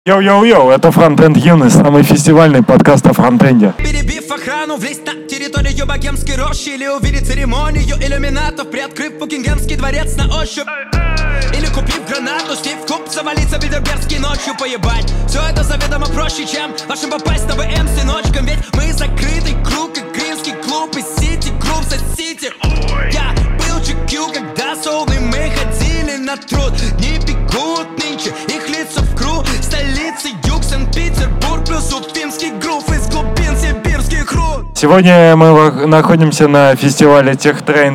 Йоу-йоу-йоу, это Фронтенд Юность, самый фестивальный подкаст о фронтенде. Перебив охрану, влезть на территорию богемской рощи или увидеть церемонию иллюминатов, приоткрыв Букингемский дворец на ощупь. Или купив гранату, слив в клуб, завалиться в Бильдербергский ночью, поебать. Все это заведомо проще, чем вашим попасть на ВМ сыночком. Ведь мы закрытый круг, как гринский клуб из Сити, клуб за Сити. Я был GQ, когда солны мы ходили на труд. Дни бегут нынче, их лица в круг. Столицы, юг, Санкт-Петербург, плюс уфимский грув из глубин сибирских руд. Сегодня мы находимся на фестивале TechTrain,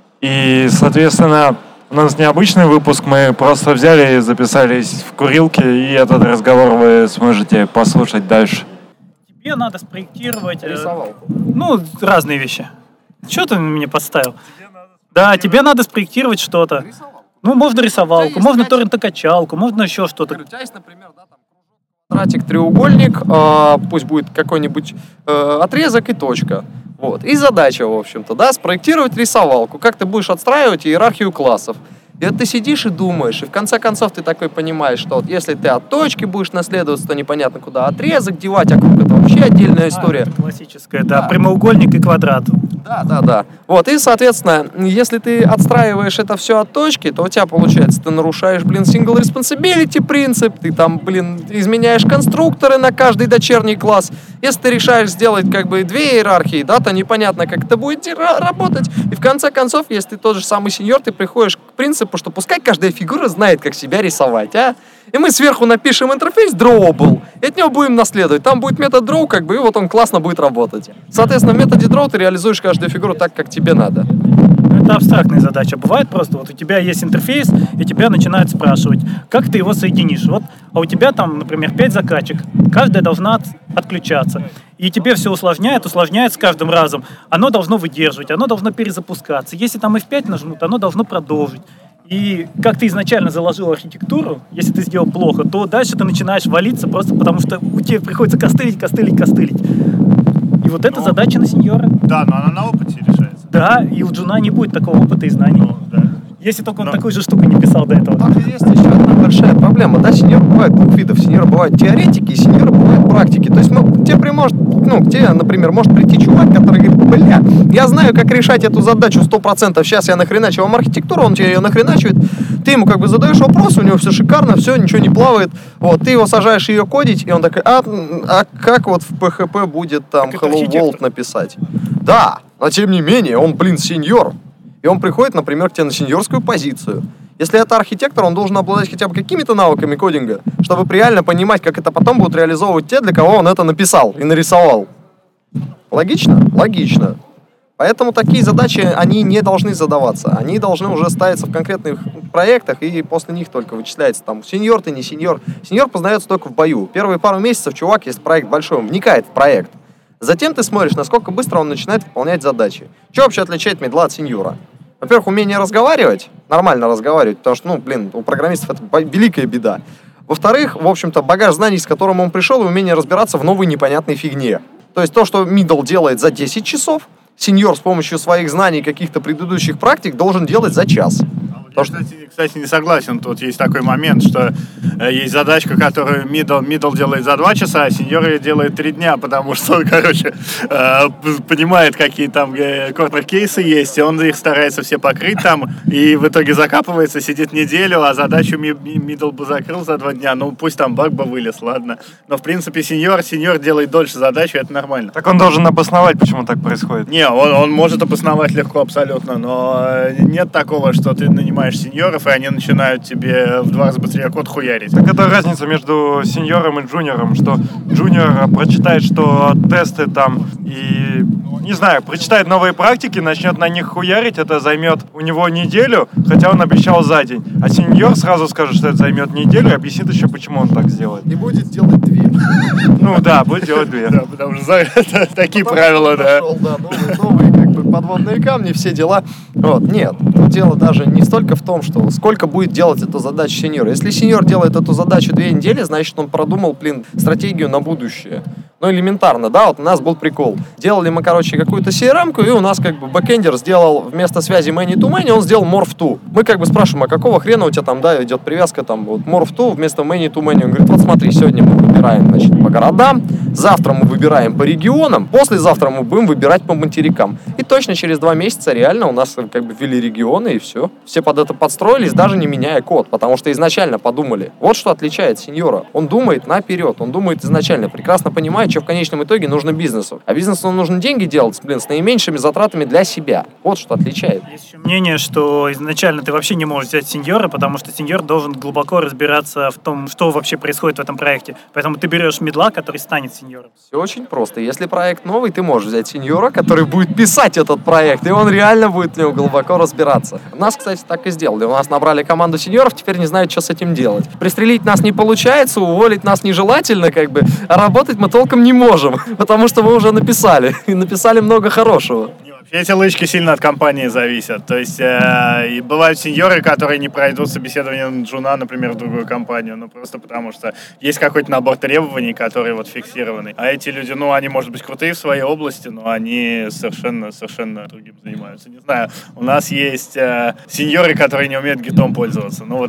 и, соответственно, у нас необычный выпуск, мы просто взяли и записались в курилке, и этот разговор вы сможете послушать дальше. Тебе надо спроектировать... Рисовалку. Разные вещи. Чего ты меня подставил? Тебе надо спроектировать что-то. Рисовалку. Можно рисовалку, можно торрентокачалку, можно еще что-то. У тебя есть, например, квадратик, треугольник, пусть будет какой-нибудь отрезок и точка. Вот. И задача, в общем-то, спроектировать рисовалку. Как ты будешь отстраивать иерархию классов. И вот ты сидишь и думаешь, и в конце концов ты такой понимаешь, что вот если ты от точки будешь наследоваться, то непонятно куда отрезок девать, а круг — это вообще отдельная история. Это классическая, прямоугольник и квадрат. Да. Вот, и, соответственно, если ты отстраиваешь это все от точки, то у тебя, получается, ты нарушаешь, single responsibility принцип, ты там, изменяешь конструкторы на каждый дочерний класс. Если ты решаешь сделать, две иерархии, то непонятно, как это будет работать. И в конце концов, если ты тот же самый сеньор, ты приходишь к принципу, что пускай каждая фигура знает, как себя рисовать, И мы сверху напишем интерфейс drawable, и от него будем наследовать. Там будет метод draw, и вот он классно будет работать. Соответственно, в методе draw ты реализуешь каждую фигуру так, как тебе надо. Это абстрактная задача. Бывает просто, у тебя есть интерфейс, и тебя начинают спрашивать, как ты его соединишь. А у тебя там, например, 5 закачек, каждая должна отключаться. И тебе все усложняет с каждым разом. Оно должно выдерживать, оно должно перезапускаться. Если там F5 нажмут, оно должно продолжить. И как ты изначально заложил архитектуру, если ты сделал плохо, то дальше ты начинаешь валиться просто потому, что у тебя приходится костылить. И вот это задача на сеньора. Да, но она на опыте решается. Да, и у Джуна не будет такого опыта и знаний. Если только он такой же штукой не писал до этого. Так, есть еще одна большая проблема. Сеньоры бывают двух видов. Сеньоры бывают теоретики, и сеньоры бывают практики. То есть к тебе, например, может прийти чувак, который говорит, я знаю, как решать эту задачу 100%. Сейчас я нахреначу вам архитектуру, он тебе ее нахреначивает. Ты ему задаешь вопрос, у него все шикарно, все, ничего не плавает. Вот, ты его сажаешь ее кодить, и он такой, как вот в PHP будет там Hello World написать? Да, но тем не менее, он, сеньор. И он приходит, например, к тебе на сеньорскую позицию. Если это архитектор, он должен обладать хотя бы какими-то навыками кодинга, чтобы реально понимать, как это потом будут реализовывать те, для кого он это написал и нарисовал. Логично? Логично. Поэтому такие задачи, они не должны задаваться. Они должны уже ставиться в конкретных проектах, и после них только вычисляется, сеньор ты, не сеньор. Сеньор познается только в бою. Первые пару месяцев чувак, если проект большой, он вникает в проект. Затем ты смотришь, насколько быстро он начинает выполнять задачи. Что вообще отличает медла от сеньора? Во-первых, умение разговаривать, нормально разговаривать, потому что, у программистов это великая беда. Во-вторых, в общем-то, багаж знаний, с которым он пришел, и умение разбираться в новой непонятной фигне. То есть то, что middle делает за 10 часов, сеньор с помощью своих знаний каких-то предыдущих практик должен делать за час. Я, кстати, не согласен. Тут есть такой момент, что есть задачка, которую middle делает за 2 часа, а сеньор ее делает 3 дня, потому что он, понимает, какие там корнер-кейсы есть, и он их старается все покрыть там, и в итоге закапывается, сидит неделю, а задачу middle бы закрыл за 2 дня. Пусть там баг бы вылез, ладно. Но, в принципе, сеньор делает дольше задачу, и это нормально. Так он должен обосновать, почему так происходит. Не, он может обосновать легко абсолютно, но нет такого, что ты нанимаешь сеньоров, и они начинают тебе в 2 раза быстрее код хуярить. Так это разница между сеньором и джуниором, что джуниор прочитает, что тесты там и, прочитает новые практики, начнет на них хуярить, это займет у него неделю, хотя он обещал за день. А сеньор сразу скажет, что это займет неделю, и объяснит еще, почему он так сделает. И будет делать 2. Будет делать 2. Да, потому что такие правила, да. Новые подводные камни, все дела. Нет, дело даже не столько в том, что сколько будет делать эту задачу сеньор. Если сеньор делает эту задачу 2 недели, значит, он продумал, стратегию на будущее. Ну, элементарно, да, вот у нас был прикол. Делали мы, короче, какую-то CRM-ку, и у нас как бы бэкэндер сделал вместо связи many-to-many, он сделал morph-to. Мы как бы спрашиваем, а какого хрена у тебя там, да, идет привязка там, вот morph-to вместо many-to-many. Он говорит, вот смотри, сегодня мы выбираем, значит, по городам, завтра мы выбираем по регионам, послезавтра мы будем выбирать по материкам. И точно через 2 месяца реально у нас как бы ввели регионы, и все. Все под это подстроились, даже не меняя код, потому что изначально подумали. Вот что отличает сеньора. Он думает наперед, он думает изначально, прекрасно понимает, что в конечном итоге нужно бизнесу. А бизнесу нужно деньги делать, блин, с наименьшими затратами для себя. Вот что отличает. Есть еще мнение, что изначально ты вообще не можешь взять сеньора, потому что сеньор должен глубоко разбираться в том, что вообще происходит в этом проекте. Поэтому ты берешь мидла, который станет сеньором. Все очень просто. Если проект новый, ты можешь взять сеньора, который будет писать этот проект, и он реально будет в нем глубоко разбираться. У нас, кстати, так и сделали. У нас набрали команду сеньоров, теперь не знают, что с этим делать. Пристрелить нас не получается, уволить нас нежелательно, как бы, а работать мы толком не можем, потому что мы уже написали, и написали много хорошего. Эти лычки сильно от компании зависят. То есть и бывают сеньоры, которые не пройдут собеседование на джуна, например, в другую компанию, ну просто потому что есть какой-то набор требований, которые вот фиксированы. А эти люди, ну, они, может быть, крутые в своей области, но они совершенно другим занимаются. Не знаю, у нас есть сеньоры, которые не умеют гитом пользоваться. Ну вот...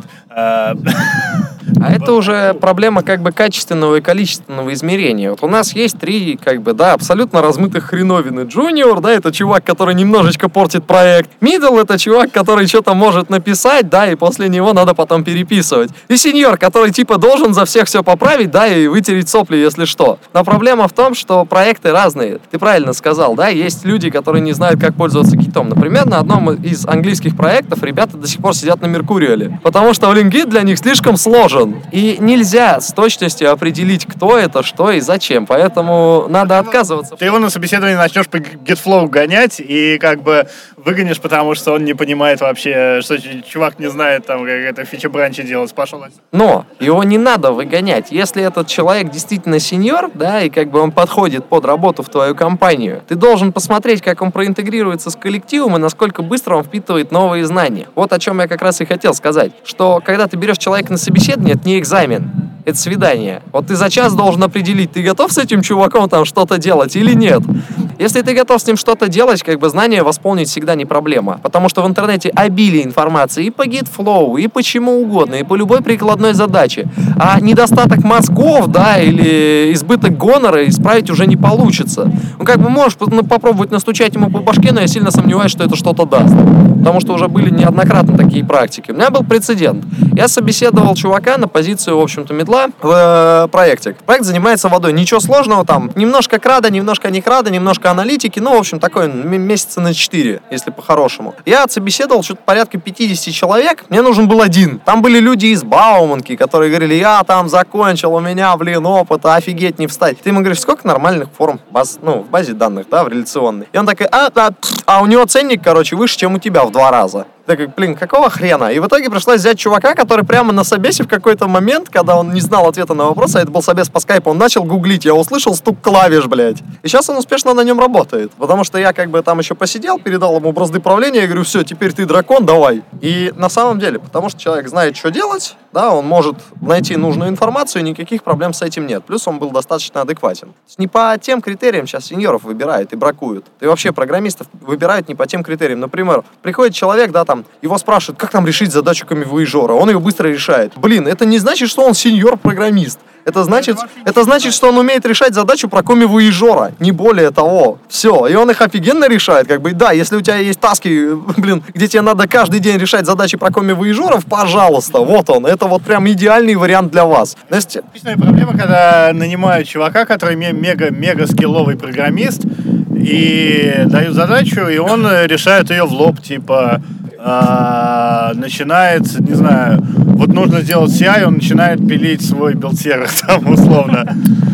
А это уже проблема как бы качественного и количественного измерения. Вот у нас есть 3, как бы, да, абсолютно размытых хреновины. Джуниор, да, это чувак, который немножечко портит проект. Мидл — это чувак, который что-то может написать, да, и после него надо потом переписывать. И сеньор, который типа должен за всех все поправить, да, и вытереть сопли, если что. Но проблема в том, что проекты разные. Ты правильно сказал, да, есть люди, которые не знают, как пользоваться гитом. Например, на одном из английских проектов ребята до сих пор сидят на Меркуриале, потому что гит для них слишком сложен. И нельзя с точностью определить, кто это, что и зачем. Поэтому надо отказываться. Ты его на собеседовании начнешь по GitFlow гонять и как бы выгонишь, потому что он не понимает вообще, что чувак не знает, там, как это фича-бранчи делать. Пошел. Но его не надо выгонять. Если этот человек действительно сеньор, да, и как бы он подходит под работу в твою компанию, ты должен посмотреть, как он проинтегрируется с коллективом и насколько быстро он впитывает новые знания. Вот о чем я как раз и хотел сказать. Что когда ты берешь человека на собеседование, это не экзамен, это свидание. Вот ты за час должен определить, ты готов с этим чуваком там что-то делать или нет. Если ты готов с ним что-то делать, как бы знания восполнить всегда не проблема. Потому что в интернете обилие информации и по GitFlow, и по чему угодно, и по любой прикладной задаче. А недостаток мозгов, да, или избыток гонора исправить уже не получится. Ну, как бы можешь попробовать настучать ему по башке, но я сильно сомневаюсь, что это что-то даст. Потому что уже были неоднократно такие практики. У меня был прецедент. Я собеседовал чувака на позицию, в общем-то, медла в проекте. Проект занимается водой. Ничего сложного там. Немножко крада, немножко не крада, немножко аналитики. Ну, в общем, такой месяца на 4, если по-хорошему. Я отсобеседовал что-то порядка 50 человек. Мне нужен был один. Там были люди из Бауманки, которые говорили, я там закончил, у меня, блин, опыта, офигеть не встать. Ты ему говоришь, сколько нормальных форм в базе данных, да, в реляционной. И он такой, а у него ценник, короче, выше, чем у тебя в 2 раза. Так, блин, какого хрена? И в итоге пришлось взять чувака, который прямо на собесе в какой-то момент, когда он не знал ответа на вопрос, а это был собес по скайпу, он начал гуглить, я услышал стук клавиш, блядь. И сейчас он успешно на нем работает. Потому что я как бы там еще посидел, передал ему бразды правления, и говорю, все, теперь ты дракон, давай. И на самом деле, потому что человек знает, что делать, да, он может найти нужную информацию, и никаких проблем с этим нет. Плюс он был достаточно адекватен. Не по тем критериям сейчас сеньоров выбирают и бракуют. И вообще программистов выбирают не по тем критериям. Например, приходит человек, да, там, его спрашивают, как нам решить задачу камевояжера. Он ее быстро решает. Блин, это не значит, что он сеньор-программист. Это значит, что он умеет решать задачу про комивояжера. Не более того. Все. И он их офигенно решает. Как бы, да, если у тебя есть таски, блин, где тебе надо каждый день решать задачи про комивояжеров, пожалуйста, вот он. Это вот прям идеальный вариант для вас. Типичная проблема, когда нанимают чувака, который мега скилловый программист, и дают задачу, и он решает ее в лоб, типа... начинает, не знаю, вот нужно сделать CI, он начинает пилить свой билд-сервер там условно.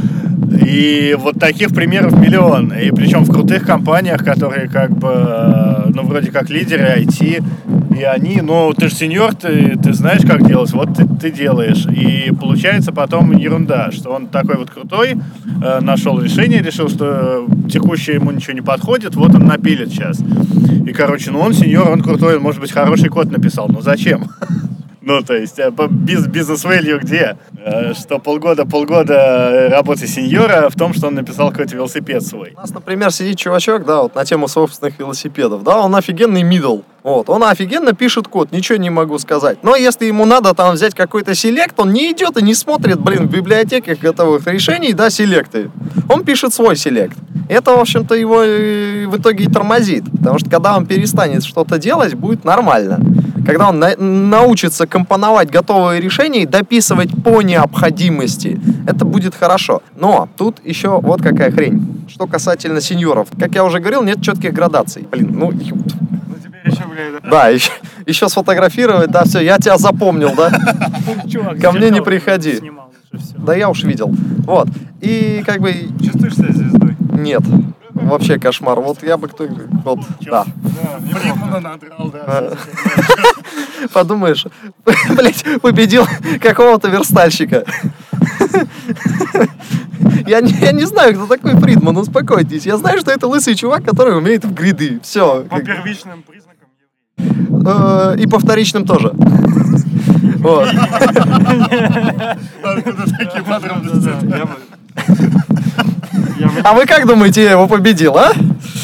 И вот таких примеров миллион. И причем в крутых компаниях, которые как бы, ну, вроде как лидеры IT, и они, ну, ты же сеньор, ты знаешь, как делать, вот ты делаешь. И получается потом ерунда, что он такой вот крутой, нашел решение, решил, что текущее ему ничего не подходит, вот он напилит сейчас. И, короче, ну, он сеньор, он крутой, он, может быть, хороший код написал, но зачем? Ну, то есть, бизнес-вэлью где? Что полгода работы сеньора в том, что он написал какой-то велосипед свой. У нас, например, сидит чувачок, да, вот на тему собственных велосипедов, да, он офигенный middle. Вот, он офигенно пишет код, ничего не могу сказать. Но если ему надо там взять какой-то селект, он не идет и не смотрит, в библиотеках готовых решений, да, селекты. Он пишет свой селект. Это, в общем-то, его в итоге и тормозит. Потому что когда он перестанет что-то делать, будет нормально. Когда он научится компоновать готовые решения и дописывать по необходимости, это будет хорошо. Но тут еще вот какая хрень. Что касательно сеньоров. Как я уже говорил, нет четких градаций. Да, еще сфотографировать, да, все, я тебя запомнил, да? Ко мне не приходи. Да я уж видел. Вот. И как бы... Чувствуешь себя звездой? Нет. Вообще кошмар. Вот я бы кто... Вот, да. Фридмана надрал, да. Подумаешь, блять, победил какого-то верстальщика. Я не знаю, кто такой Фридман, успокойтесь. Я знаю, что это лысый чувак, который умеет в гриды. Все. По первичным признакам. И по вторичным тоже. Вот. Такие подробности. А вы как думаете, я его победил, а?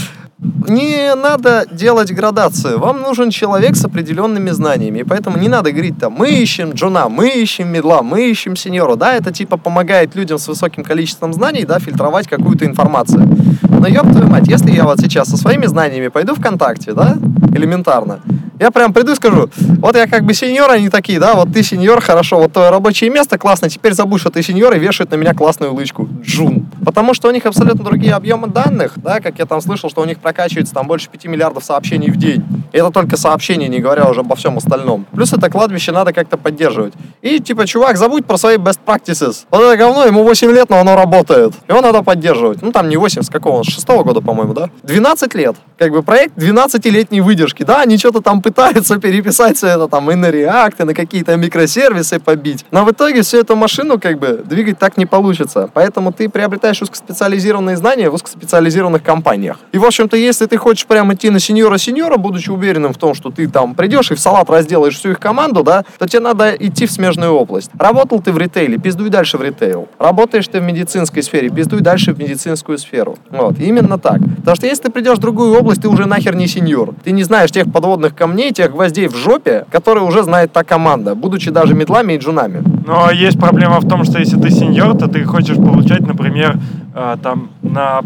Не надо делать градацию. Вам нужен человек с определенными знаниями. И поэтому не надо говорить там, мы ищем джуна, мы ищем медла, мы ищем сеньора. Да, это типа помогает людям с высоким количеством знаний, да, фильтровать какую-то информацию. Но ёб твою мать, если я вот сейчас со своими знаниями пойду ВКонтакте, да, элементарно, я прям приду и скажу, вот я как бы сеньор, они такие, да, вот ты сеньор, хорошо, вот твое рабочее место классно, теперь забудь, что ты сеньор, и вешают на меня классную улыбку. Джун. Потому что у них абсолютно другие объемы данных, да, как я там слышал, что у них прокачивается там больше 5 миллиардов сообщений в день. И это только сообщения, не говоря уже обо всем остальном. Плюс это кладбище надо как-то поддерживать. И типа, чувак, забудь про свои best practices. Вот это говно, ему 8 лет, но оно работает. Его надо поддерживать. Ну там не 8, с какого? С 6-го года, по-моему, да? 12 лет. Как бы проект 12-летней выдержки. Да, они что-то там пытаются переписать все это там и на React, и на какие-то микросервисы побить. Но в итоге всю эту машину как бы двигать так не получится. Поэтому ты приобретаешь узкоспециализированные знания в узкоспециализированных компаниях. И, в общем-то, если ты хочешь прям идти на сеньора, будучи уверенным в том, что ты там придешь и в салат разделаешь всю их команду, да, то тебе надо идти в смежную область. Работал ты в ритейле, пиздуй дальше в ритейл. Работаешь ты в медицинской сфере, пиздуй дальше в медицинскую сферу. Вот, именно так. Потому что если ты придешь в другую область, ты уже нахер не сеньор. Ты не знаешь тех подводных камней, тех гвоздей в жопе, которые уже знает та команда, будучи даже медлами и джунами. Но есть проблема в том, что если ты сеньор, то ты хочешь получать, например, там на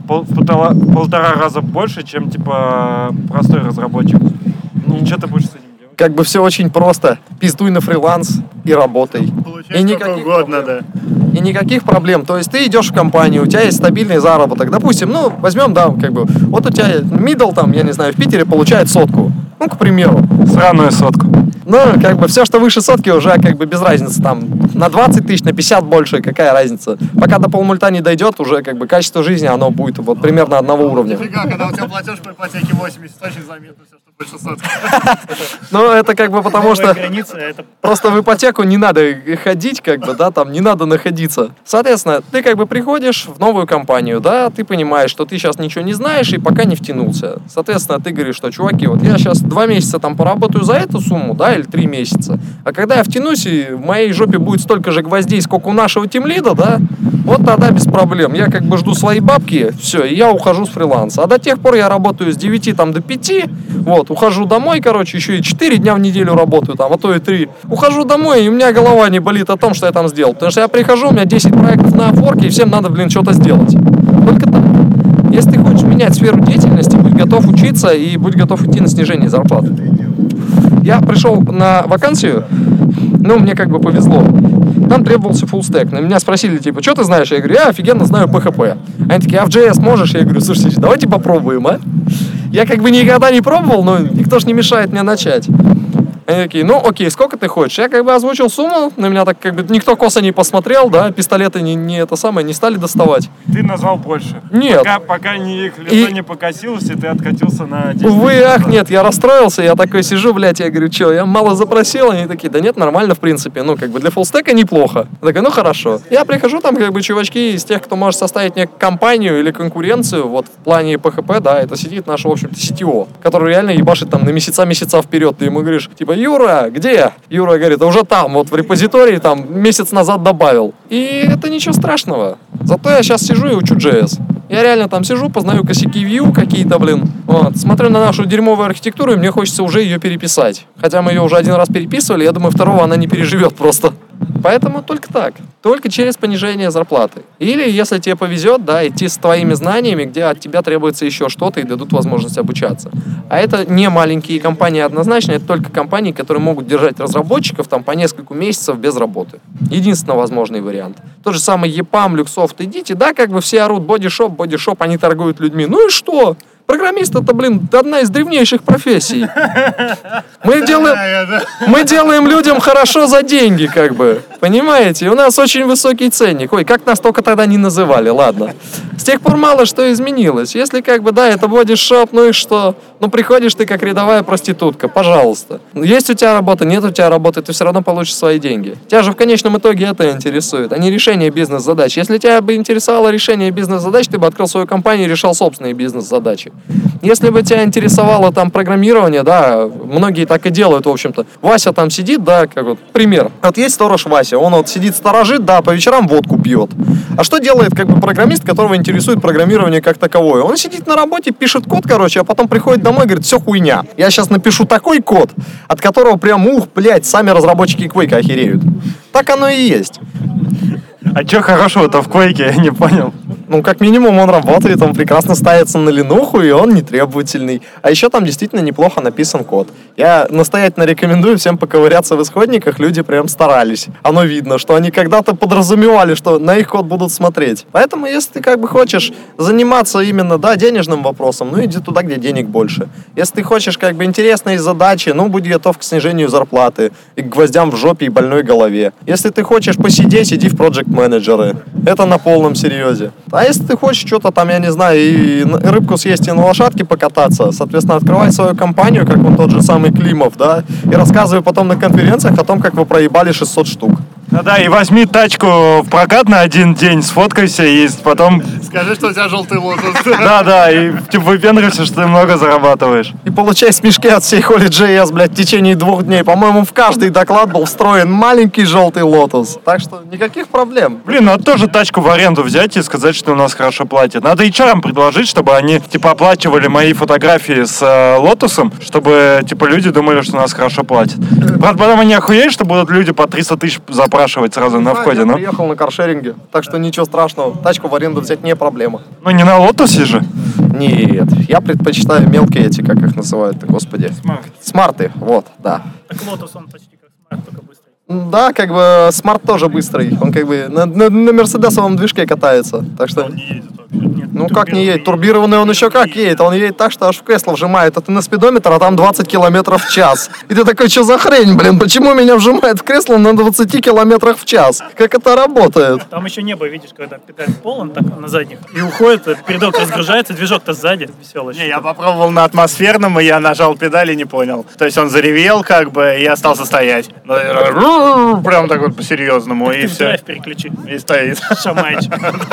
полтора раза больше, чем типа простой разработчик. И что ты будешь с этим делать? Как бы все очень просто. Пиздуй на фриланс и работай. Получай сколько угодно, да. И никаких проблем. То есть ты идешь в компанию, у тебя есть стабильный заработок. Допустим, ну, возьмем, да, как бы, вот у тебя middle, там, я не знаю, в Питере получает 100. Ну, к примеру. Сраную 100. Ну, как бы, все, что выше 100 уже, как бы, без разницы, там, на 20 тысяч, на 50 больше, какая разница. Пока до полмульта не дойдет, уже, как бы, качество жизни, оно будет, вот, примерно одного уровня. Нифига, когда у тебя платеж по ипотеке 80, очень заметно все, что больше 100. Ну, это, как бы, потому что... Граница, это... Просто в ипотеку не надо ходить, как бы, да, там не надо находиться. Соответственно, ты как бы приходишь в новую компанию, да, ты понимаешь, что ты сейчас ничего не знаешь и пока не втянулся. Соответственно, ты говоришь, что, чуваки, вот я сейчас 2 месяца там поработаю за эту сумму, да, или 3 месяца, а когда я втянусь и в моей жопе будет столько же гвоздей, сколько у нашего тимлида, да, вот тогда без проблем. Я как бы жду свои бабки, все, и я ухожу с фриланса. А до тех пор я работаю с 9 там, до 5, вот, ухожу домой, короче, еще и 4 дня в неделю работаю, там, а то и 3. Ухожу домой, и у меня голова не болит о том, что я там сделал. Потому что я прихожу, у меня 10 проектов на Upwork, и всем надо, блин, что-то сделать. Только так. Если ты хочешь менять сферу деятельности, будь готов учиться и будь готов идти на снижение зарплаты. Я пришел на вакансию, ну, мне как бы повезло. Там требовался фуллстек. На меня спросили, типа, что ты знаешь? Я говорю, я офигенно знаю PHP. Они такие, а в JS можешь? Я говорю, слушайте, давайте попробуем, а? Я как бы никогда не пробовал, но никто ж не мешает мне начать. Они такие, ну окей, сколько ты хочешь? Я как бы озвучил сумму, на меня так как бы никто косо не посмотрел, да, пистолеты не стали доставать. Ты назвал больше. Нет. Пока их лицо не покосилось, и ты откатился на 10. Увы, ах, нет, я расстроился, я такой сижу, блядь, я говорю, что, я мало запросил? Они такие, да нет, нормально в принципе, ну как бы для фуллстека неплохо. Я такой, ну хорошо. Я прихожу, там как бы чувачки из тех, кто может составить мне компанию или конкуренцию, вот в плане PHP, да, это сидит наш, в общем-то, CTO, который реально ебашит там на месяца вперед. Ты ему говоришь, типа, Юра, где? Юра говорит, уже там, вот в репозитории, там, месяц назад добавил. И это ничего страшного. Зато я сейчас сижу и учу JS. Я реально там сижу, познаю косяки Vue какие-то, вот. Смотрю на нашу дерьмовую архитектуру, и мне хочется уже ее переписать. Хотя мы ее уже один раз переписывали, я думаю, второго она не переживет просто. Поэтому только так. Только через понижение зарплаты. Или, если тебе повезет, да, идти с твоими знаниями, где от тебя требуется еще что-то и дадут возможность обучаться. А это не маленькие компании однозначно, это только компании, которые могут держать разработчиков там по несколько месяцев без работы. Единственно возможный вариант. Тот же самый EPAM, Luxoft, идите, да, как бы все орут, бодишоп, они торгуют людьми. Ну и что? Программист это, одна из древнейших профессий. Мы делаем людям хорошо за деньги, как бы. Понимаете? У нас очень высокий ценник. Ой, как нас только тогда не называли, ладно. С тех пор мало что изменилось. Если, как бы, да, это бодишоп, ну и что? Ну, приходишь ты как рядовая проститутка, пожалуйста. Есть у тебя работа, нет у тебя работы, ты все равно получишь свои деньги. Тебя же в конечном итоге это интересует, а не решение бизнес-задач. Если тебя бы интересовало решение бизнес-задач, ты бы открыл свою компанию и решал собственные бизнес-задачи. Если бы тебя интересовало там программирование, да, многие так и делают, в общем-то. Вася там сидит, да, как вот пример. Вот есть сторож Вася, он вот сидит сторожит, да, по вечерам водку пьет. А что делает, как бы, программист, которого интересует программирование как таковое? Он сидит на работе, пишет код, короче, а потом приходит домой и говорит, все хуйня. Я сейчас напишу такой код, от которого прям, блядь, сами разработчики Quake охереют. Так оно и есть. А что хорошего-то в Quake, я не понял. Ну, как минимум, он работает, он прекрасно ставится на линуху, и он не требовательный. А еще там действительно неплохо написан код. Я настоятельно рекомендую всем поковыряться в исходниках, люди прям старались. Оно видно, что они когда-то подразумевали, что на их код будут смотреть. Поэтому, если ты как бы хочешь заниматься именно, да, денежным вопросом, ну, иди туда, где денег больше. Если ты хочешь как бы интересные задачи, ну, будь готов к снижению зарплаты, и к гвоздям в жопе и больной голове. Если ты хочешь посидеть, иди в проект-менеджеры. Это на полном серьезе. А если ты хочешь что-то там, я не знаю, и рыбку съесть, и на лошадке покататься, соответственно, открывай свою компанию, как он тот же самый Климов, да, и рассказывай потом на конференциях о том, как вы проебали 600 штук. Да, и возьми тачку в прокат на один день, сфоткайся и потом... Скажи, что у тебя желтый лотос. Да, и типа выпендривайся, что ты много зарабатываешь. И получай смешки от всей Holy JS, блядь, в течение 2 дней. По-моему, в каждый доклад был встроен маленький желтый лотос. Так что никаких проблем. Блин, надо тоже тачку в аренду взять и сказать, что у нас хорошо платят. Надо HR предложить, чтобы они, типа, оплачивали мои фотографии с лотосом, чтобы, типа, люди думали, что у нас хорошо платят. Правда, потом они охуеют, что будут люди по 300 тысяч запрашивать сразу на входе, Я ну? приехал на каршеринге, так что ничего страшного. Тачку в аренду взять не проблема. Ну, не на лотосе же. Нет, я предпочитаю мелкие эти, как их называют, господи. Смарты, вот, да. Так Lotus, он почти как смарт, только быстрый. Да, как бы смарт тоже быстрый. Он как бы на мерседесовом движке катается. Так что... Он не едет вообще. Ну как не едет? Турбированный он еще как едет? Он едет так, что аж в кресло вжимает. А ты на спидометр, а там 20 километров в час. И ты такой, что за хрень, блин? Почему меня вжимает в кресло на 20 километрах в час? Как это работает? Там еще небо, видишь, когда педаль полон, так на задних, и уходит, передок разгружается, движок-то сзади, веселый. Не, я попробовал на атмосферном, и я нажал педаль и не понял. То есть он заревел, как бы, и остался стоять. Прям так вот по-серьезному, и Ты в все. драйв переключи. И стоит. Шамайч.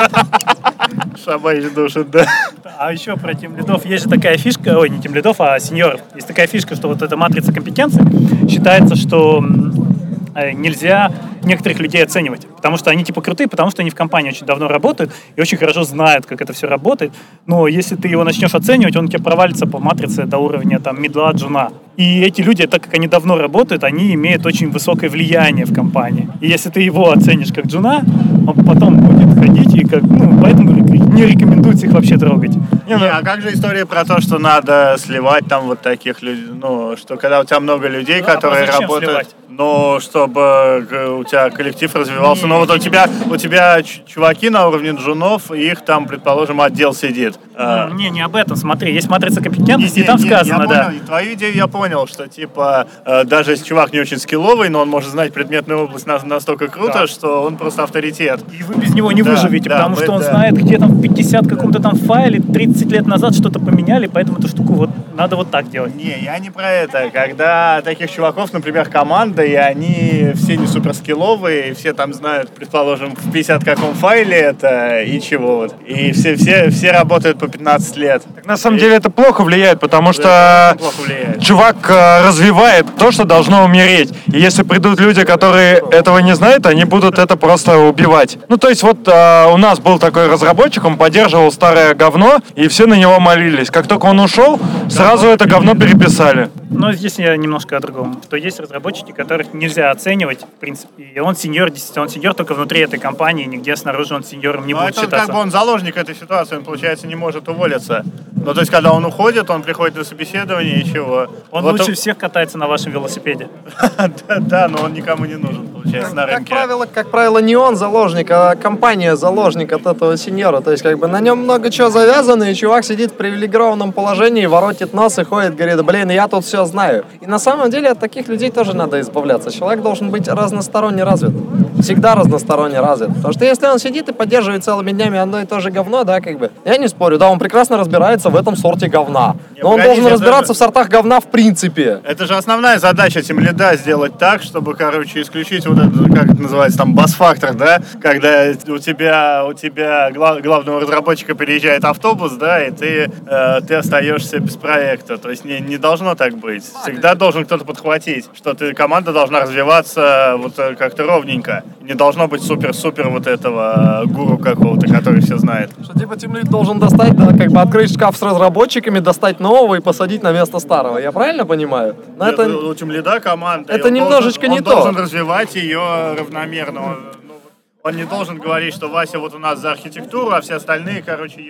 Шабаич душит, да. А еще про тимлидов есть же такая фишка, ой, не тимлидов, а сеньоров. Есть такая фишка, что вот эта матрица компетенций, считается, что нельзя некоторых людей оценивать, потому что они типа крутые, потому что они в компании очень давно работают и очень хорошо знают, как это все работает. Но если ты его начнешь оценивать, он у тебя провалится по матрице до уровня там мидла, джуна. И эти люди, так как они давно работают, они имеют очень высокое влияние в компании. И если ты его оценишь как джуна, он потом будет ходить и как, поэтому не рекомендуется их вообще трогать. А как же история про то, что надо сливать там вот таких людей, что когда у тебя много людей, которые работают, сливать? Чтобы у тебя коллектив развивался, но вот у тебя чуваки на уровне джунов, и их там, предположим, отдел сидит. Не об этом, смотри, есть матрица компетентности, и там сказано, да. Понял, твою идею я понял, что типа даже если чувак не очень скилловый, но он может знать предметную область настолько круто, что он просто авторитет. И вы без него не выживете, потому что он знает, где там в 50 каком-то там файле 30 лет назад что-то поменяли, поэтому эту штуку вот Надо вот так делать. Не, я не про это. Когда таких чуваков, например, команда, и они все не суперскилловые, все там знают, предположим, в 50 каком файле это и чего вот. И все работают по 15 лет. Так, на самом деле это плохо влияет, потому что это плохо влияет. чувак развивает то, что должно умереть. И если придут люди, которые этого не знают, они будут это просто убивать. Ну, то есть вот у нас был такой разработчик, он поддерживал старое говно, и все на него молились. Как только он ушел, сразу это говно переписали. Но здесь я немножко о другом. Что есть разработчики, которых нельзя оценивать, в принципе. И он сеньор, действительно, он сеньор только внутри этой компании, нигде снаружи он сеньором не будет это считаться. как бы он заложник этой ситуации, он, получается, не может уволиться. Ну, то есть, когда он уходит, он приходит на собеседование и чего. Он Вот лучше всех катается на вашем велосипеде. Да, но он никому не нужен, получается, на рынке. Как правило, не он заложник, а компания заложник от этого сеньора. То есть, как бы на нем много чего завязано, и чувак сидит в привилегированном положении, воротит нос и ходит, говорит, блин, я тут все знаю. И на самом деле от таких людей тоже надо избавляться. Человек должен быть разносторонне развит. Всегда разносторонне развит. Потому что если он сидит и поддерживает целыми днями одно и то же говно, да, как бы, я не спорю, да, он прекрасно разбирается в этом сорте говна. Но он должен разбираться в сортах говна в принципе. Это же основная задача тимлида сделать так, чтобы, короче, исключить вот это, как это называется, там, бас-фактор, да, когда у тебя главного разработчика переезжает автобус, да, и ты остаешься без проекта. То есть не должно так быть. Всегда должен кто-то подхватить, что команда должна развиваться вот как-то ровненько. Не должно быть супер-супер вот этого гуру какого-то, который все знает. Что типа тимлид должен достать, да, как бы открыть шкаф с разработчиками, достать нового и посадить на место старого. Я правильно понимаю? Но Нет, это... у тимлида команда. Это немножечко не то. Он должен развивать ее равномерно. Он не должен говорить, что Вася вот у нас за архитектуру, а все остальные, короче,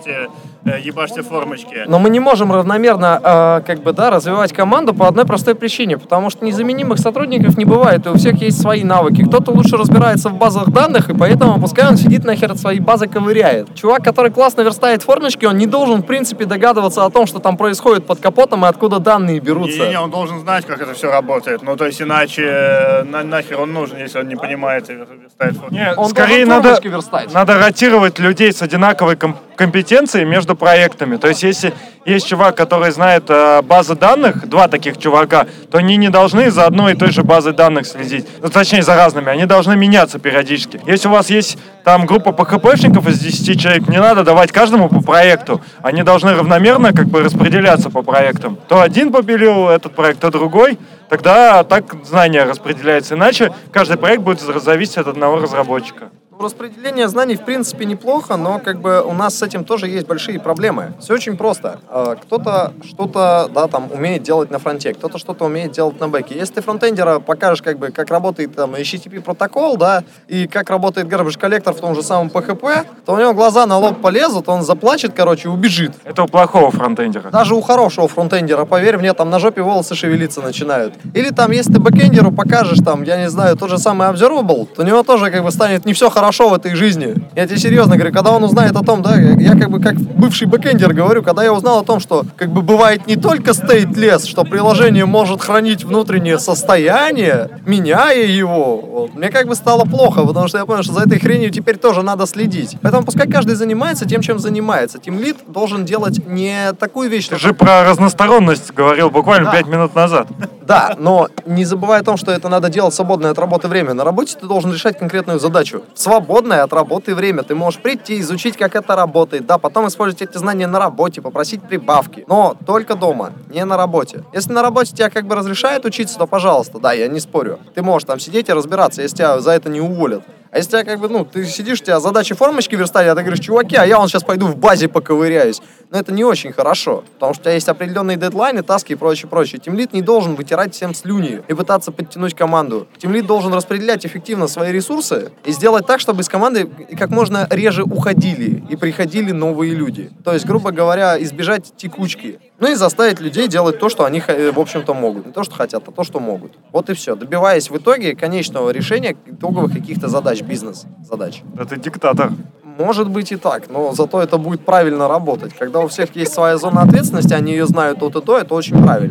ебашьте формочки. Но мы не можем равномерно, развивать команду по одной простой причине, потому что незаменимых сотрудников не бывает, и у всех есть свои навыки. Кто-то лучше разбирается в базах данных, и поэтому пускай он сидит нахер свои базы ковыряет. Чувак, который классно верстает формочки, он не должен, в принципе, догадываться о том, что там происходит под капотом и откуда данные берутся. Не, он должен знать, как это все работает. Ну, то есть, иначе нахер он нужен, если он не понимает и верстает формочки. Он Скорее надо ротировать людей с одинаковой компетенцией между проектами. То есть, если есть чувак, который знает базы данных, два таких чувака, то они не должны за одной и той же базой данных следить. Ну, точнее, за разными. Они должны меняться периодически. Если у вас есть там группа PHP-шников из 10 человек, не надо давать каждому по проекту. Они должны равномерно как бы распределяться по проектам. То один побелил этот проект, то другой. Тогда так знания распределяются. Иначе каждый проект будет зависеть от одного разработчика. Распределение знаний в принципе неплохо, но как бы у нас с этим тоже есть большие проблемы. Все очень просто. Кто-то что-то, да, там умеет делать на фронте, кто-то что-то умеет делать на бэке. Если ты фронтендера покажешь, как бы, как работает там HTTP протокол, да, и как работает garbage коллектор в том же самом PHP, то у него глаза на лоб полезут, он заплачет, короче, и убежит. Это у плохого фронтендера. Даже у хорошего фронтендера, поверь мне, там на жопе волосы шевелиться начинают. Или там, если ты бэкендеру покажешь, там, я не знаю, тот же самый Observable, то у него тоже как бы станет не все хорошо в этой жизни. Я тебе серьезно говорю, когда он узнает о том, да, я как бы как бывший бэкэндер говорю, когда я узнал о том, что как бы бывает не только stateless, что приложение может хранить внутреннее состояние, меняя его, вот, мне как бы стало плохо, потому что я понял, что за этой хренью теперь тоже надо следить. Поэтому пускай каждый занимается тем, чем занимается. Тимлид должен делать не такую вещь. Ты же про разносторонность говорил буквально 5 минут назад. Да, но не забывай о том, что это надо делать в свободное от работы время. На работе ты должен решать конкретную задачу. Свободное от работы время. Ты можешь прийти, изучить, как это работает, да, потом использовать эти знания на работе, попросить прибавки. Но только дома, не на работе. Если на работе тебя как бы разрешают учиться, то пожалуйста, да, я не спорю. Ты можешь там сидеть и разбираться, если тебя за это не уволят. А если тебя как бы, ты сидишь, у тебя задачи формочки верстать, а ты говоришь, чуваки, а я сейчас пойду в базе поковыряюсь. Но это не очень хорошо, потому что у тебя есть определенные дедлайны, таски и прочее. Тимлид не должен вытирать всем слюни и пытаться подтянуть команду. Тимлид должен распределять эффективно свои ресурсы и сделать так, чтобы из команды как можно реже уходили и приходили новые люди. То есть, грубо говоря, избежать текучки. Ну и заставить людей делать то, что они, в общем-то, могут. Не то, что хотят, а то, что могут. Вот и все. Добиваясь в итоге конечного решения итоговых каких-то задач, бизнес-задач. Да ты диктатор. Может быть и так, но зато это будет правильно работать. Когда у всех есть своя зона ответственности, они ее знают от и до, это очень правильно.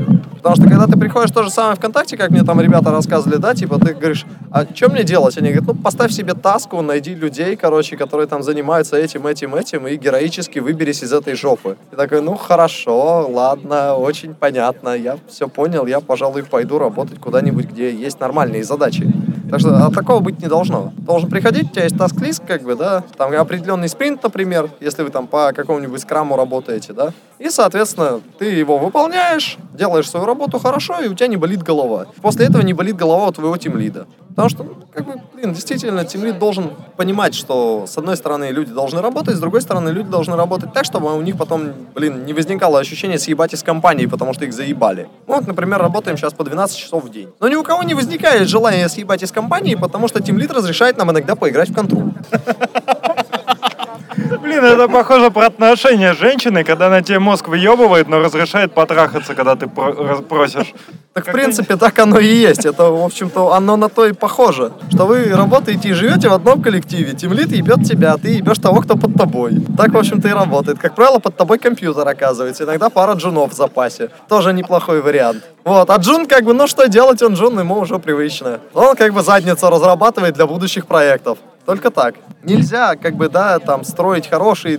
Потому что когда ты приходишь то же самое ВКонтакте, как мне там ребята рассказывали, да, типа ты говоришь, а что мне делать? Они говорят, ну поставь себе таску, найди людей, короче, которые там занимаются этим, и героически выберись из этой жопы. И такой, ну хорошо, ладно, очень понятно, я все понял, я, пожалуй, пойду работать куда-нибудь, где есть нормальные задачи. Так что такого быть не должно. Должен приходить, у тебя есть таск-лист, как бы, да, там определенный спринт, например, если вы там по какому-нибудь скраму работаете, да, и, соответственно, ты его выполняешь, делаешь свою работу хорошо, и у тебя не болит голова. После этого не болит голова у твоего тимлида. Потому что, как бы, действительно, тимлид должен понимать, что, с одной стороны, люди должны работать, с другой стороны, люди должны работать так, чтобы у них потом, не возникало ощущение съебать из компании, потому что их заебали. Ну, вот, например, работаем сейчас по 12 часов в день. Но ни у кого не возникает желания съебать из компании, потому что тимлид разрешает нам иногда поиграть в контру. Блин, это похоже про отношения с женщиной, когда она тебе мозг выебывает, но разрешает потрахаться, когда ты просишь. Так, в принципе, так оно и есть. Это, в общем-то, оно на то и похоже. Что вы работаете и живете в одном коллективе. Тимлид ебет тебя, а ты ебешь того, кто под тобой. Так, в общем-то, и работает. Как правило, под тобой компьютер оказывается. Иногда пара джунов в запасе. Тоже неплохой вариант. Вот. А джун, как бы, ну что делать, он джун, ему уже привычно. Он, как бы, задницу разрабатывает для будущих проектов. Только так. Нельзя, как бы, да, там, строить хорошие,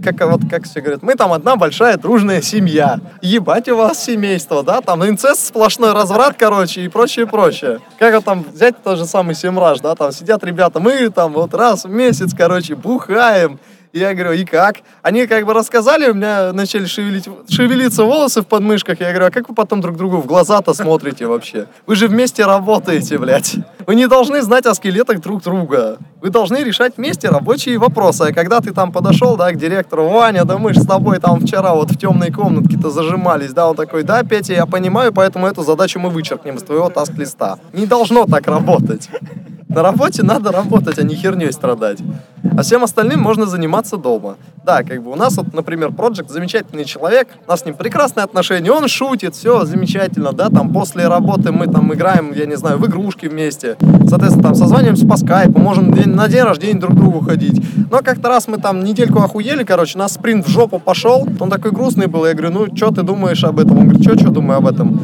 как все говорят, мы там одна большая дружная семья. Ебать у вас семейство, да, там инцест, сплошной разврат, короче, и прочее. Как вот там взять тот же самый Семраж, да, там сидят ребята, мы там вот раз в месяц, короче, бухаем. Я говорю, и как? Они как бы рассказали, у меня начали шевелиться волосы в подмышках. Я говорю, а как вы потом друг другу в глаза-то смотрите вообще? Вы же вместе работаете, блядь. Вы не должны знать о скелетах друг друга. Вы должны решать вместе рабочие вопросы. А когда ты там подошел, да, к директору, Ваня, да мы же с тобой там вчера вот в темной комнатке-то зажимались, да, он такой, да, Петя, я понимаю, поэтому эту задачу мы вычеркнем из твоего таск-листа. Не должно так работать. На работе надо работать, а не херней страдать. А всем остальным можно заниматься дома. Да, как бы у нас вот, например, Project замечательный человек, у нас с ним прекрасные отношения, он шутит, все замечательно, да, там после работы мы там играем, я не знаю, в игрушки вместе, соответственно, там созваниваемся по скайпу, можем на день рождения друг к другу ходить. Но как-то раз мы там недельку охуели, короче, у нас спринт в жопу пошел, он такой грустный был, я говорю, ну, что ты думаешь об этом? Он говорит, что думаю об этом?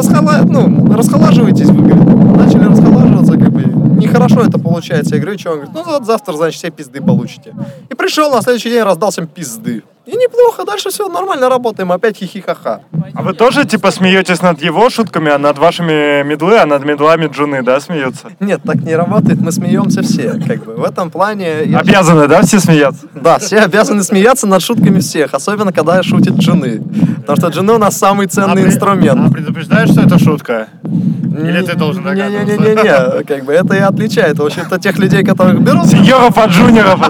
Расхолаживайтесь, вы, говорит, начали расхолаживаться, как бы, нехорошо это получается. Я говорю, что? Он говорит, ну вот завтра, значит, все пизды получите. И пришел, на следующий день раздал всем пизды. И неплохо, дальше все нормально работаем, опять хихи-ха-ха. А вы тоже, типа, смеетесь над его шутками, а над вашими мидлы, а над мидлами джуны, да, смеются? Нет, так не работает, мы смеемся все, как бы, в этом плане... Обязаны, да, все смеяться? Да, все обязаны смеяться над шутками всех, особенно, когда шутят джуны. Потому что джуны у нас самый ценный инструмент. А предупреждаешь, что это шутка? Или ты должен догадываться? Не-не-не, как бы, это и отличает, в общем-то, тех людей, которых берут... Сеньоров от джуниоров.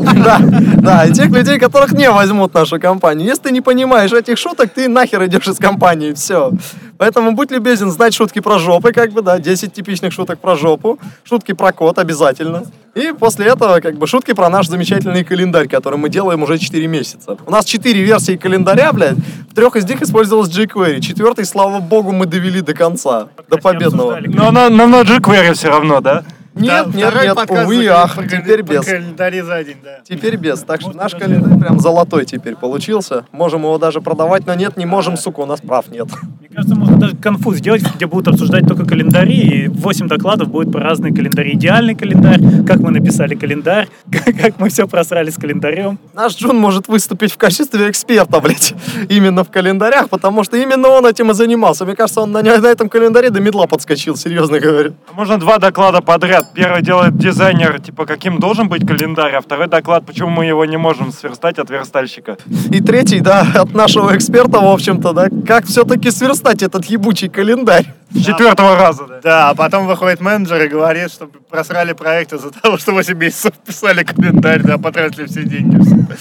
Да, и тех людей, которых не возьмут нашу компанию. Если ты не понимаешь этих шуток, ты нахер идешь из компании, все. Поэтому будь любезен знать шутки про жопы, как бы, да, 10 типичных шуток про жопу, шутки про кот обязательно. И после этого, как бы, шутки про наш замечательный календарь, который мы делаем уже 4 месяца. У нас 4 версии календаря, блядь, в 3 из них использовалась jQuery, 4-й, слава богу, мы довели до конца, до победного. Но на jQuery все равно, да? Нет, увы, ах, теперь без. Календари за день, да. Теперь без. Так что наш календарь прям золотой теперь получился. Можем его даже продавать, но нет, не можем, сука, у нас прав нет. Мне кажется, можно даже конфуз сделать, где будут обсуждать только календари, и 8 докладов будет про разные календари. Идеальный календарь, как мы написали календарь, как мы все просрали с календарем. Наш Джун может выступить в качестве эксперта, блядь, именно в календарях, потому что именно он этим и занимался. Мне кажется, он на этом календаре до медла подскочил, серьезно говорю. Можно 2 доклада подряд. Первый делает дизайнер, типа, каким должен быть календарь, а второй доклад, почему мы его не можем сверстать от верстальщика. И третий, да, от нашего эксперта, в общем-то, да, как все-таки сверстать этот ебучий календарь. С 4-го раза, да. Да, а потом выходит менеджер и говорит, что просрали проект из-за того, что 8 месяцев писали календарь, да, потратили все деньги.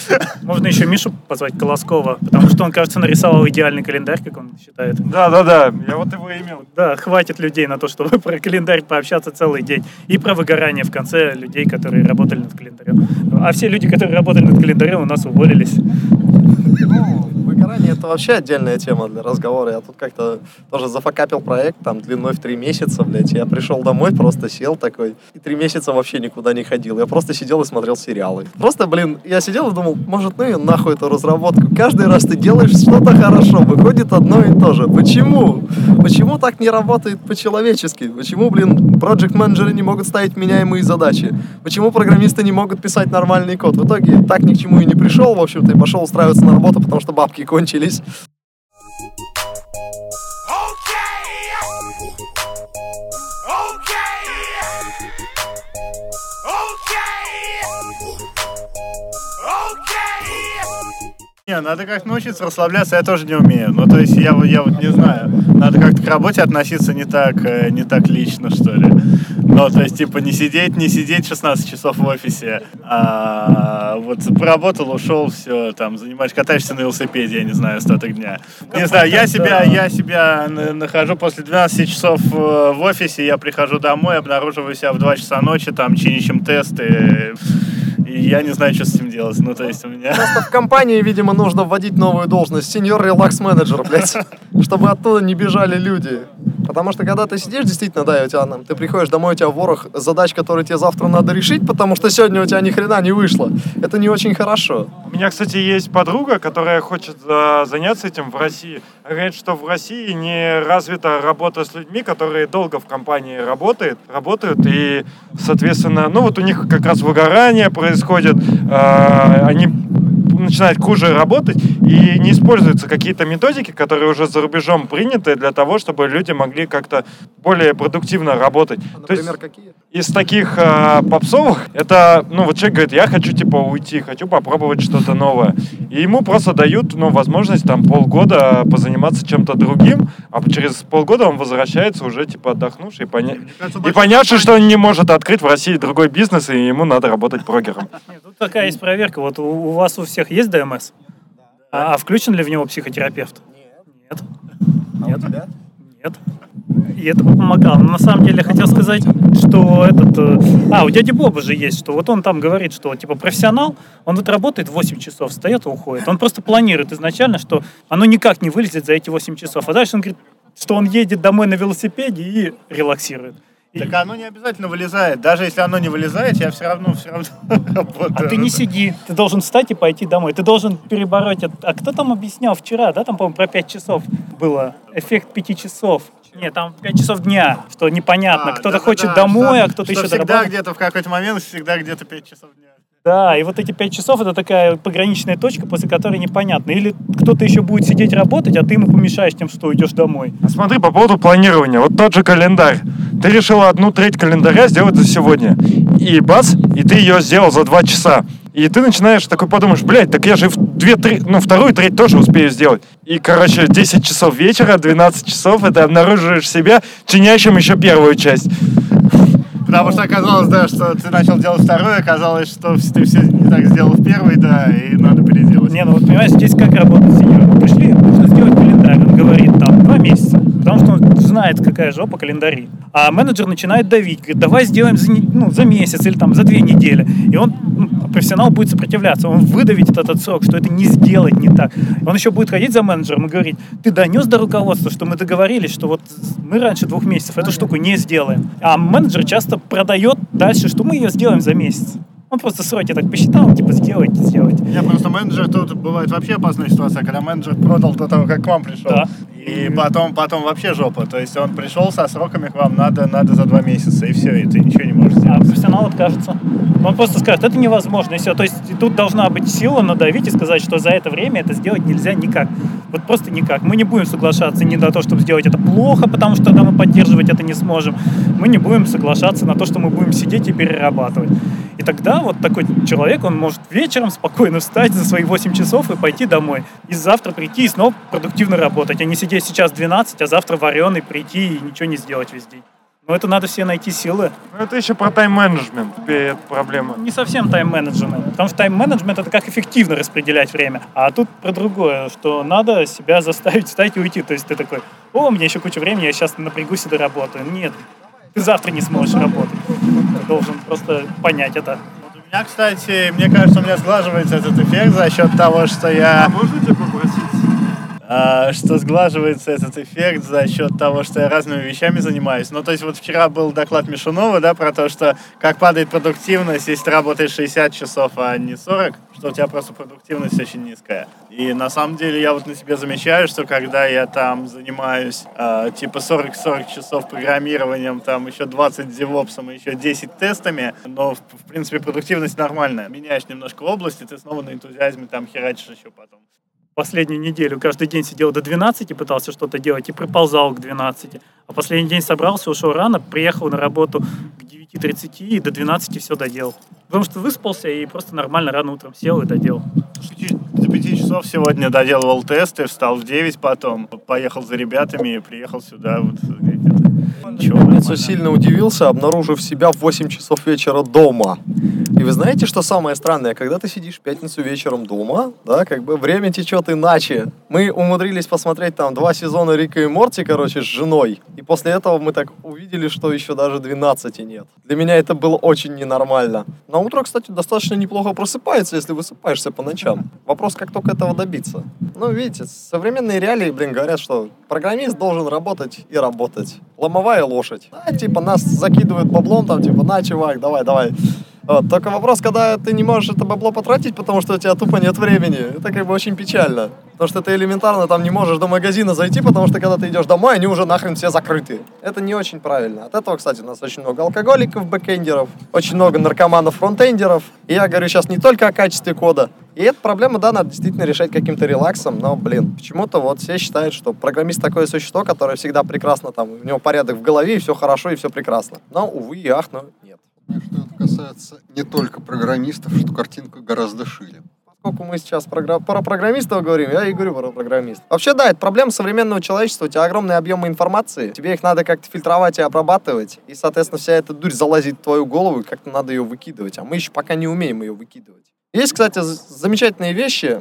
Можно еще Мишу позвать, Колоскова, потому что он, кажется, нарисовал идеальный календарь, как он считает. Да, я вот его имел. Да, хватит людей на то, чтобы про календарь пообщаться целый день. И про выгорание в конце людей, которые работали над календарем. А все люди, которые работали над календарем, у нас уволились. Выгорание — это вообще отдельная тема для разговора. Я тут как-то тоже зафакапил проект, там, длиной в 3 месяца, блядь. Я пришел домой, просто сел такой, и 3 месяца вообще никуда не ходил. Я просто сидел и смотрел сериалы. Просто, блин, я сидел и думал, может, ну и нахуй эту разработку. Каждый раз ты делаешь что-то хорошо, выходит одно и то же. Почему? Почему так не работает по-человечески? Почему, блин, проект-менеджеры не могут ставить меняемые задачи? Почему программисты не могут писать нормальный код? В итоге так ни к чему и не пришел, в общем-то, и пошел устраиваться на работу, потому что бабки кончились. Не, надо как-то научиться расслабляться, я тоже не умею. Ну, то есть я вот не знаю, надо как-то к работе относиться не так лично, что ли. Ну, то есть, типа, не сидеть 16 часов в офисе, а вот поработал, ушел, все, там, катаешься на велосипеде, я не знаю, остаток дня. Не знаю, я себя нахожу после 12 часов в офисе, я прихожу домой, обнаруживаю себя в 2 часа ночи, там, чинищем тесты, и я не знаю, что с этим делать. Ну, то есть у меня... Просто в компании, видимо, нужно вводить новую должность. Senior Relax Manager, блядь. Чтобы оттуда не бежали люди. Потому что когда ты сидишь, действительно, да, у тебя, ты приходишь домой, у тебя ворох задач, которые тебе завтра надо решить, потому что сегодня у тебя ни хрена не вышло. Это не очень хорошо. У меня, кстати, есть подруга, которая хочет заняться этим в России. Говорит, что в России не развита работа с людьми, которые долго в компании работают, и, соответственно, ну вот у них как раз выгорание происходит, они начинают хуже работать, и не используются какие-то методики, которые уже за рубежом приняты для того, чтобы люди могли как-то более продуктивно работать. Например, какие? Из таких попсовых, это, ну, вот человек говорит, я хочу, типа, уйти, хочу попробовать что-то новое. И ему просто дают, ну, возможность там полгода позаниматься чем-то другим, а через полгода он возвращается уже, типа, отдохнувший и понявший, что он не может открыть в России другой бизнес, и ему надо работать прогером. Тут такая есть проверка. Вот у вас у всех есть ДМС? А включен ли в него психотерапевт? Нет. Нет. Нет. И это бы помогало. Но на самом деле я хотел сказать, что у дяди Боба же есть, что вот он там говорит, что типа профессионал, он вот работает 8 часов, встает и уходит. Он просто планирует изначально, что оно никак не вылезет за эти 8 часов. А дальше он говорит, что он едет домой на велосипеде и релаксирует. Так оно не обязательно вылезает. Даже если оно не вылезает, я все равно работаю. А ты не сиди. Ты должен встать и пойти домой. Ты должен перебороть... А кто там объяснял вчера, да? Там, по-моему, про 5 часов было. Эффект 5 часов. Нет, там 5 часов дня, что непонятно. Кто-то хочет домой, а кто-то еще доработает. Всегда где-то в какой-то момент, всегда где-то 5 часов дня. Да, и вот эти 5 часов — это такая пограничная точка, после которой непонятно. Или кто-то еще будет сидеть работать, а ты ему помешаешь тем, что уйдешь домой. Смотри, по поводу планирования. Вот тот же календарь. Ты решила 1/3 календаря сделать за сегодня. И бац, и ты ее сделал за 2 часа. И ты начинаешь такой подумаешь, блядь, так я же вторую треть тоже успею сделать. И, 10 часов вечера, 12 часов, и ты обнаруживаешь себя чинящим еще первую часть. Потому что оказалось, да, что ты начал делать вторую, оказалось, что ты все не так сделал в первой, да, и надо переделать. Не, ну вот понимаешь, здесь как работает сеньор. Пришли, нужно сделать календарь, он говорит, там, 2 месяца. Потому что он знает, какая жопа календари. А менеджер начинает давить, говорит, давай сделаем за месяц или там за 2 недели. И он, профессионал, будет сопротивляться, он выдавит этот срок, что это не сделать не так. Он еще будет ходить за менеджером и говорить, ты донес до руководства, что мы договорились, что вот мы раньше 2 месяцев эту штуку не сделаем. А менеджер часто продает дальше, что мы ее сделаем за месяц. Он просто сроки так посчитал, типа, сделайте. Я просто менеджер, тут бывает вообще опасная ситуация, когда менеджер продал до того, как к вам пришел. Да. И потом вообще жопа. То есть он пришел со сроками к вам, надо за 2 месяца, и все, и ты ничего не можешь сделать. А профессионал откажется. Он просто скажет, это невозможно, и все. То есть тут должна быть сила надавить и сказать, что за это время это сделать нельзя никак. Вот просто никак. Мы не будем соглашаться ни на то, чтобы сделать это плохо, потому что тогда мы поддерживать это не сможем. Мы не будем соглашаться на то, что мы будем сидеть и перерабатывать. И тогда вот такой человек, он может вечером спокойно встать за свои 8 часов и пойти домой. И завтра прийти и снова продуктивно работать, а не сидеть сейчас 12, а завтра вареный прийти и ничего не сделать весь день. Но это надо все найти силы. Ну, это еще про тайм-менеджмент, теперь это проблема. Не совсем тайм-менеджмент, потому что тайм-менеджмент — это как эффективно распределять время. А тут про другое, что надо себя заставить встать и уйти. То есть ты такой, у меня еще куча времени, я сейчас напрягусь и доработаю. Нет, ты завтра не сможешь работать. Ты должен просто понять это. Вот у меня, кстати, мне кажется, у меня сглаживается этот эффект за счет того, что я... А можно тебя попросить? что сглаживается этот эффект за счет того, что я разными вещами занимаюсь. Ну, то есть вот вчера был доклад Мишунова, да, про то, что как падает продуктивность, если ты работаешь 60 часов, а не 40, что у тебя просто продуктивность очень низкая. И на самом деле я вот на себе замечаю, что когда я там занимаюсь типа 40 часов программированием, там еще 20 девопсом и еще 10 тестами, но в принципе продуктивность нормальная. Меняешь немножко область, и ты снова на энтузиазме там херачишь еще потом. Последнюю неделю каждый день сидел до 12 и пытался что-то делать, и приползал к 12. А последний день собрался, ушел рано, приехал на работу к 9:30 и до 12 все доделал. Потому что выспался и просто нормально рано утром сел и доделал. До 5 часов сегодня доделывал тесты, встал в 9 потом, поехал за ребятами и приехал сюда. Вот, ничего, Я сильно удивился, обнаружив себя в 8 часов вечера дома. И вы знаете, что самое странное? Когда ты сидишь в пятницу вечером дома, да, как бы время течет иначе. Мы умудрились посмотреть там 2 сезона Рика и Морти, короче, с женой. И после этого мы так увидели, что еще даже 12 нет. Для меня это было очень ненормально. На утро, кстати, достаточно неплохо просыпается, если высыпаешься по ночам. Вопрос, как только этого добиться. Ну, видите, современные реалии, говорят, что программист должен работать и работать. Ломовая лошадь. Да, типа нас закидывают баблом, там, типа, на, чувак, давай. Вот. Только вопрос, когда ты не можешь это бабло потратить, потому что у тебя тупо нет времени. Это как бы очень печально. Потому что ты элементарно там не можешь до магазина зайти, потому что когда ты идешь домой, они уже нахрен все закрыты. Это не очень правильно. От этого, кстати, у нас очень много алкоголиков, бэкэндеров, очень много наркоманов, фронтендеров. И я говорю сейчас не только о качестве кода. И эту проблему, да, надо действительно решать каким-то релаксом, но, почему-то вот все считают, что программист такое существо, которое всегда прекрасно, там, у него порядок в голове, и все хорошо, и все прекрасно. Но, увы и ах, но нет. Что это касается не только программистов, что картинка гораздо шире. Поскольку мы сейчас про программистов говорим, я и говорю про программистов. Вообще, да, это проблема современного человечества. У тебя огромные объемы информации, тебе их надо как-то фильтровать и обрабатывать, и, соответственно, вся эта дурь залазит в твою голову, и как-то надо ее выкидывать. А мы еще пока не умеем ее выкидывать. Есть, кстати, замечательные вещи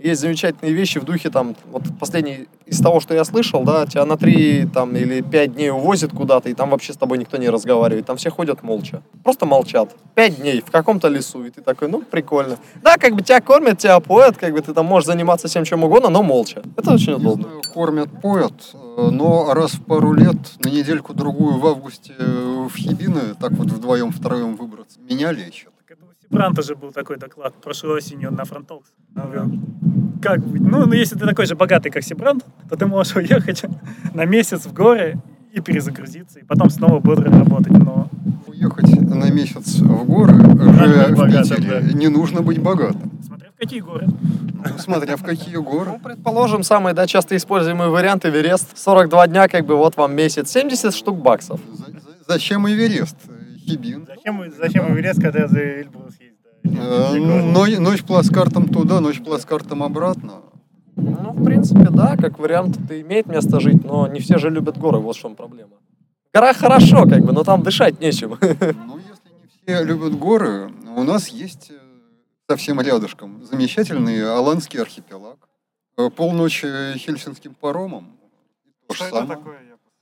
в духе, там, вот последний из того, что я слышал, да, тебя на 3 там, или 5 дней увозят куда-то, и там вообще с тобой никто не разговаривает, там все ходят молча, просто молчат. 5 дней в каком-то лесу, и ты такой, ну, прикольно. Да, как бы тебя кормят, тебя поят, как бы ты там можешь заниматься всем чем угодно, но молча. Это очень удобно. Кормят, поят, но раз в пару лет, на недельку-другую в августе в Хибины, так вот вдвоем-втроем выбраться, меня лечат. Бранта же был такой доклад прошлой осенью на Фронтолкс. Как быть? Ну, если ты такой же богатый, как Сибрант, то ты можешь уехать на месяц в горы и перезагрузиться, и потом снова бодро работать. Но... Уехать на месяц в горы в Питере не нужно быть богатым. Смотря в какие горы. Смотря в какие горы. Ну, предположим, самый, да, часто используемый вариант Эверест. 42 дня, как бы, вот вам месяц. 70 штук баксов. Зачем Эверест? Хибин. Зачем Эверест, когда я за Эльбрус ездил? Ночь плацкартом туда, ночь плацкартом обратно. Ну, в принципе, да, как вариант, это имеет место жить, но не все же любят горы, вот в чем проблема. Гора хорошо, как бы, но там дышать нечем. Ну, если не все любят горы, у нас есть совсем рядышком замечательный Аландский архипелаг. Полночь хельсинским паромом. Что это такое?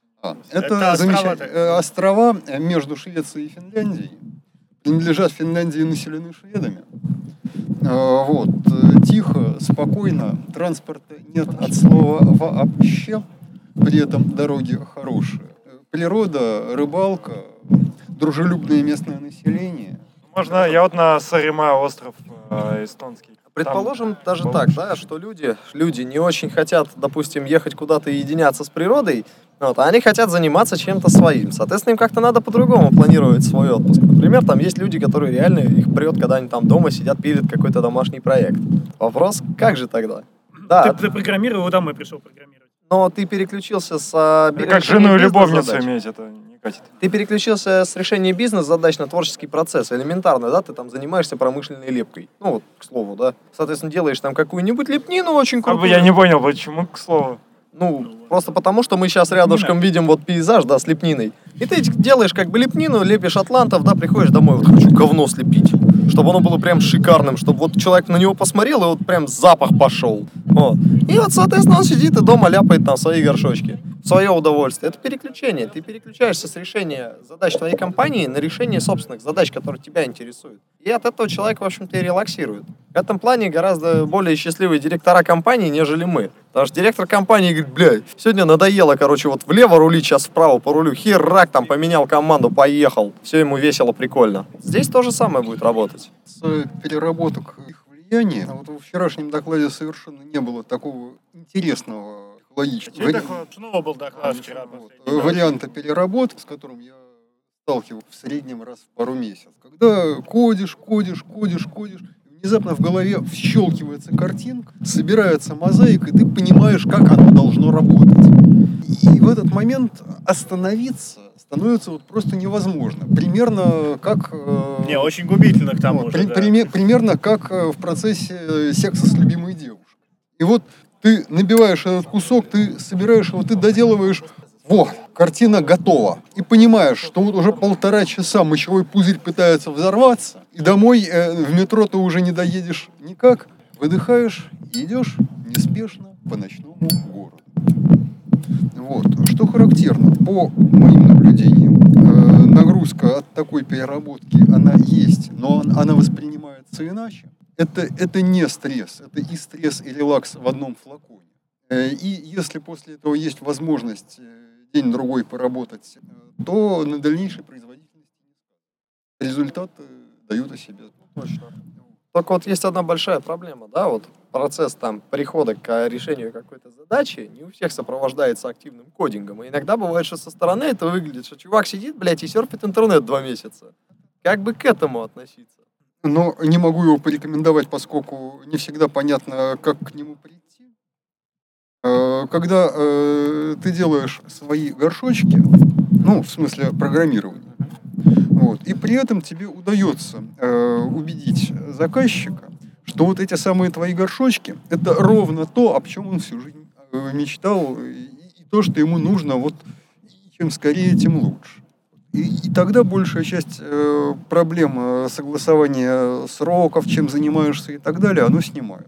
Это острова между Швецией и Финляндией. Принадлежат Финляндии, населены шведами. Вот. Тихо, спокойно, транспорта нет от слова вообще, при этом дороги хорошие. Природа, рыбалка, дружелюбное местное население. Можно, я вот на Сааремаа остров эстонский. Предположим, даже так, да, что люди не очень хотят, допустим, ехать куда-то и единяться с природой, вот, а они хотят заниматься чем-то своим. Соответственно, им как-то надо по-другому планировать свой отпуск. Например, там есть люди, которые реально их прет, когда они там дома сидят, пилят какой-то домашний проект. Вопрос, как же тогда? Да. Ты программировал, домой пришел программировать. Но ты переключился с... Как жену и любовницу иметь, это не катит. Ты переключился с решения бизнес-задач на творческий процесс. Элементарно, да, ты там занимаешься промышленной лепкой. Ну вот, к слову, да. Соответственно, делаешь там какую-нибудь лепнину очень крутую. Я не понял, почему, к слову. Ну, просто потому, что мы сейчас рядышком видим вот пейзаж, да, с лепниной. И ты делаешь как бы лепнину, лепишь атлантов, да, приходишь домой, вот хочу говно слепить, чтобы оно было прям шикарным, чтобы вот человек на него посмотрел, и вот прям запах пошел. Вот. И вот, соответственно, он сидит и дома ляпает там свои горшочки. в свое удовольствие. Это переключение. Ты переключаешься с решения задач твоей компании на решение собственных задач, которые тебя интересуют. И от этого человек, в общем-то, и релаксирует. В этом плане гораздо более счастливые директора компании, нежели мы. Потому что директор компании говорит, блядь, сегодня надоело, короче, вот влево рулить, сейчас вправо порулю. Херак, там поменял команду, поехал. Все ему весело, прикольно. Здесь то же самое будет работать. С переработок их влияния, вот во вчерашнем докладе совершенно не было такого интересного логического Снова был доклад вчера. варианта переработки, с которым я сталкиваюсь в среднем раз в пару месяцев. Когда кодишь, внезапно в голове щелкивается картинка, собирается мозаика, и ты понимаешь, как оно должно работать. И в этот момент остановиться становится вот просто невозможно. Примерно как... Не, очень губительно к тому же. Примерно как в процессе секса с любимой девушкой. И вот ты набиваешь этот кусок, ты собираешь его, ты доделываешь. Вот, картина готова. И понимаешь, что вот уже 1,5 часа мочевой пузырь пытается взорваться, и домой в метро ты уже не доедешь никак. Выдыхаешь и идешь неспешно по ночному городу. Вот. Что характерно, по моим наблюдениям, нагрузка от такой переработки, она есть, но она воспринимается иначе. Это не стресс, это и стресс, и релакс в одном флаконе. И если после этого есть возможность день-другой поработать, то на дальнейшей производительности результаты дают о себе. Точно. Только вот есть одна большая проблема, да, вот процесс там прихода к решению какой-то задачи не у всех сопровождается активным кодингом. И иногда бывает, что со стороны это выглядит, что чувак сидит, блядь, и серфит интернет 2 месяца. Как бы к этому относиться? Но не могу его порекомендовать, поскольку не всегда понятно, как к нему прийти. Когда ты делаешь свои горшочки, ну, в смысле программирования, вот, и при этом тебе удается убедить заказчика, что вот эти самые твои горшочки – это ровно то, об чем он всю жизнь мечтал, и то, что ему нужно, вот, чем скорее, тем лучше. И тогда большая часть проблем согласования сроков, чем занимаешься и так далее, оно снимается.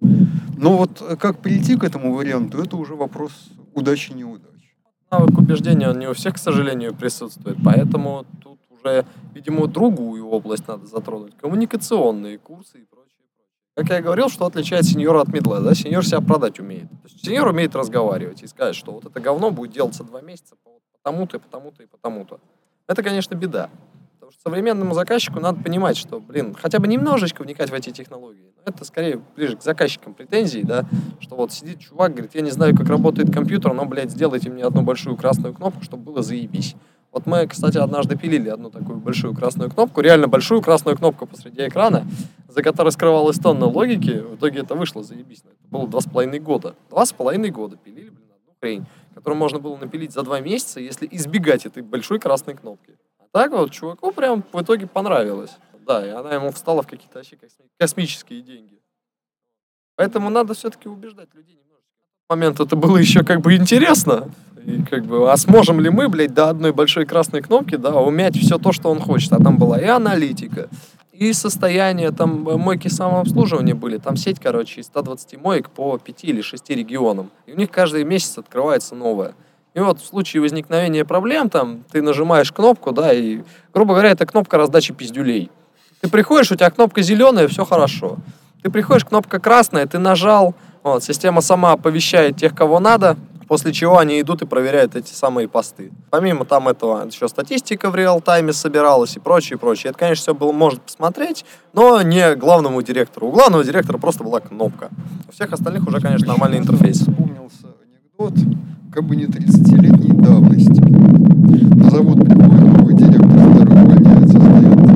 Но вот как прийти к этому варианту, это уже вопрос удачи-неудачи. Навык убеждения, он не у всех, к сожалению, присутствует, поэтому тут уже, видимо, другую область надо затронуть. Коммуникационные курсы и прочее. Как я говорил, что отличает сеньора от мидла, да? Сеньор себя продать умеет. То есть сеньор умеет разговаривать и сказать, что вот это говно будет делаться 2 месяца потому-то, и потому-то, и потому-то. Это, конечно, беда. Потому что современному заказчику надо понимать, что, хотя бы немножечко вникать в эти технологии. Но это скорее ближе к заказчикам претензий, да, что вот сидит чувак, говорит, я не знаю, как работает компьютер, но, сделайте мне одну большую красную кнопку, чтобы было заебись. Вот мы, кстати, однажды пилили одну такую большую красную кнопку, реально большую красную кнопку посреди экрана, за которой скрывалась тонна логики, в итоге это вышло заебись. Это было 2,5 года. 2,5 года пилили, одну хрень, которую можно было напилить за 2 месяца, если избегать этой большой красной кнопки. А так вот чуваку прям в итоге понравилось. Да, и она ему встала в какие-то вообще космические деньги. Поэтому надо все-таки убеждать людей немножко. В момент это было еще как бы интересно. И как бы, а сможем ли мы, до одной большой красной кнопки, да, умять все то, что он хочет. А там была и аналитика, и состояние, там мойки самообслуживания были. Там сеть, из 120 моек по 5 или 6 регионам. И у них каждый месяц открывается новое. И вот в случае возникновения проблем, там, ты нажимаешь кнопку, да, и, грубо говоря, это кнопка раздачи пиздюлей. Ты приходишь, у тебя кнопка зеленая, все хорошо. Ты приходишь, кнопка красная, ты нажал, вот, система сама оповещает тех, кого надо, после чего они идут и проверяют эти самые посты. Помимо там этого еще статистика в реал-тайме собиралась и прочее, прочее. Это, конечно, все было можно посмотреть, но не главному директору. У главного директора просто была кнопка. У всех остальных уже, конечно, нормальный интерфейс. Вспомнился анекдот, как бы не 30-летней давности. На завод приходит новый директор, второй увольняется, сдает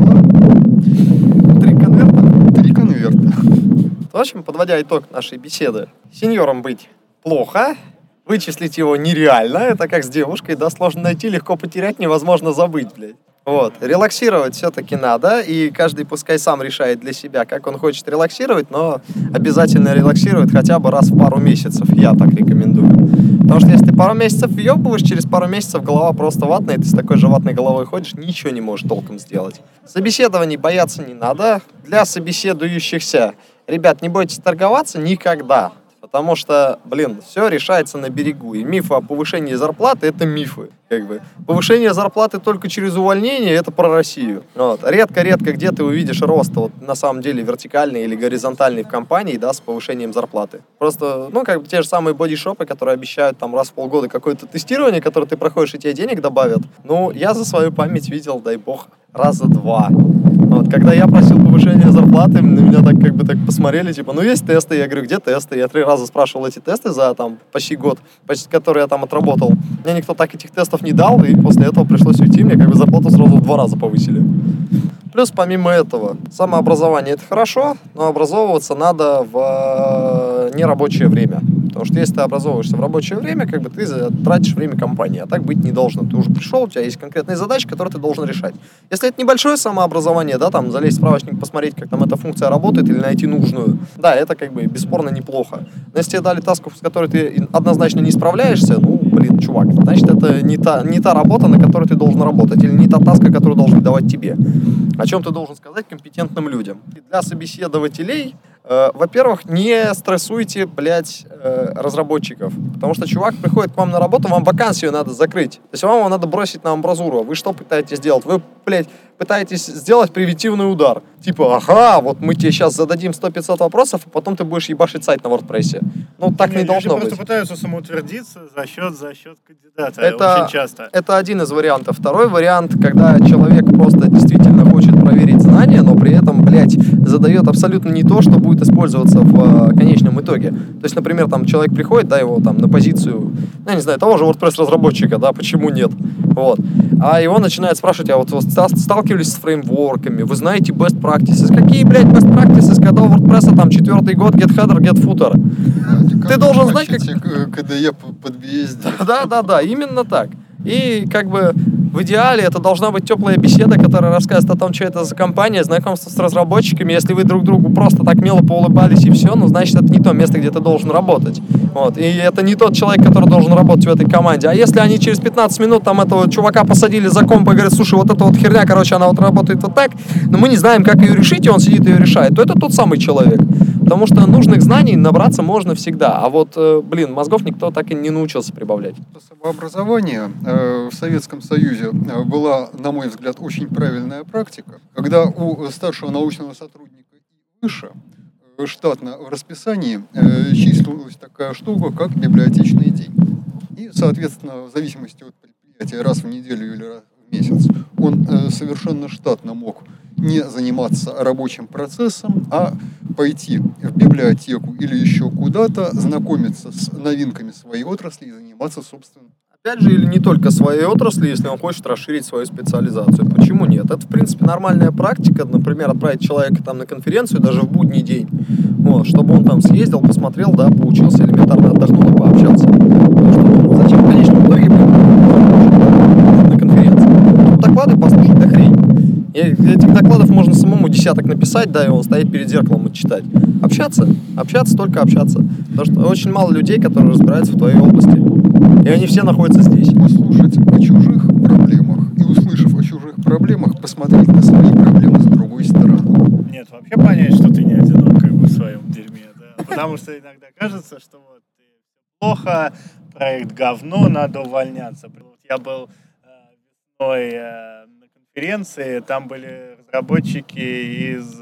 дела. 3 конверта. В общем, подводя итог нашей беседы, сеньором быть плохо, вычислить его нереально, это как с девушкой, да, сложно найти, легко потерять, невозможно забыть, Вот, релаксировать все-таки надо, и каждый пускай сам решает для себя, как он хочет релаксировать, но обязательно релаксировать хотя бы раз в пару месяцев, я так рекомендую. Потому что если ты пару месяцев въебываешь, через пару месяцев голова просто ватная, и ты с такой же ватной головой ходишь, ничего не можешь толком сделать. Собеседований бояться не надо. Для собеседующихся, ребят, не бойтесь торговаться никогда. Потому что, все решается на берегу. И мифы о повышении зарплаты — это мифы. Повышение зарплаты только через увольнение — это про Россию. Вот. Редко-редко где ты увидишь рост на самом деле вертикальный или горизонтальный в компании, да, с повышением зарплаты. Просто, те же самые бодишопы, которые обещают там раз в полгода какое-то тестирование, которое ты проходишь и тебе денег добавят. Я за свою память видел, дай бог, раза 2. Вот, когда я просил повышения зарплаты, на меня так посмотрели, есть тесты. Я говорю, где тесты? Я 3 раза спрашивал эти тесты за почти год, которые я там отработал. Мне никто так этих тестов не дал, и после этого пришлось уйти. Мне зарплату сразу в 2 раза повысили. Плюс, помимо этого, самообразование — это хорошо, но образовываться надо в нерабочее время. Потому что если ты образовываешься в рабочее время, ты тратишь время компании, а так быть не должно. Ты уже пришел, у тебя есть конкретные задачи, которые ты должен решать. Если это небольшое самообразование, да, залезть в справочник, посмотреть, как там эта функция работает, или найти нужную, да, это бесспорно неплохо. Но если тебе дали таску, с которой ты однозначно не справляешься, чувак, значит, это не та работа, на которой ты должен работать, или не та таска, которую должен давать тебе. О чем ты должен сказать компетентным людям? Для собеседователей, во-первых, не стрессуйте, разработчиков. Потому что чувак приходит к вам на работу, вам вакансию надо закрыть. То есть вам надо бросить на амбразуру. Вы что пытаетесь сделать? Вы, пытаетесь сделать превентивный удар. Мы тебе сейчас зададим 100-500 вопросов, а потом ты будешь ебашить сайт на WordPress. Так не должно быть. Люди просто пытаются самоутвердиться за счет кандидата. Очень часто. Это один из вариантов. Второй вариант, когда человек просто действительно хочет проверить знания, но при этом, задает абсолютно не то, что будет использоваться в конечном итоге. То есть, например, человек приходит, его на позицию, того же WordPress-разработчика, почему нет? Вот. А его начинают спрашивать, сталкивались с фреймворками, вы знаете best practices. Какие, best practices, когда у WordPress 4-й год get header, get footer? Ты должен знать, Когда я под BSD. Да, именно так. И в идеале это должна быть теплая беседа, которая рассказывает о том, что это за компания, знакомство с разработчиками. Если вы друг другу просто так мило поулыбались и все, значит, это не то место, где ты должен работать. Вот. И это не тот человек, который должен работать в этой команде. А если они через 15 минут этого чувака посадили за комп и говорят, слушай, эта херня, она работает так, но мы не знаем, как ее решить, и он сидит и ее решает, то это тот самый человек. Потому что нужных знаний набраться можно всегда. А мозгов никто так и не научился прибавлять. Самообразование в Советском Союзе была, на мой взгляд, очень правильная практика, когда у старшего научного сотрудника и выше штатно в расписании числилась такая штука, как библиотечный день. И, соответственно, в зависимости от предприятия, раз в неделю или раз в месяц, он совершенно штатно мог не заниматься рабочим процессом, а пойти в библиотеку или еще куда-то, знакомиться с новинками своей отрасли и заниматься собственным. Опять же, или не только своей отрасли, если он хочет расширить свою специализацию. Почему нет? Это, в принципе, нормальная практика. Например, отправить человека на конференцию даже в будний день, чтобы он съездил, посмотрел, поучился, элементарно отдохнул и пообщался. Потому что, зачем в конечном итоге на конференции? Доклады послушать, да хрень. И этих докладов можно самому десяток написать, и он стоит перед зеркалом и читать. Общаться, только общаться. Потому что очень мало людей, которые разбираются в твоей области. И они все находятся здесь. Послушать о чужих проблемах и, услышав о чужих проблемах, посмотреть на свои проблемы с другой стороны. Нет, вообще понять, что ты не одинок в своем дерьме, да. Потому что иногда кажется, что ты плохо, проект говно, надо увольняться. Я был весной на конференции, там были разработчики из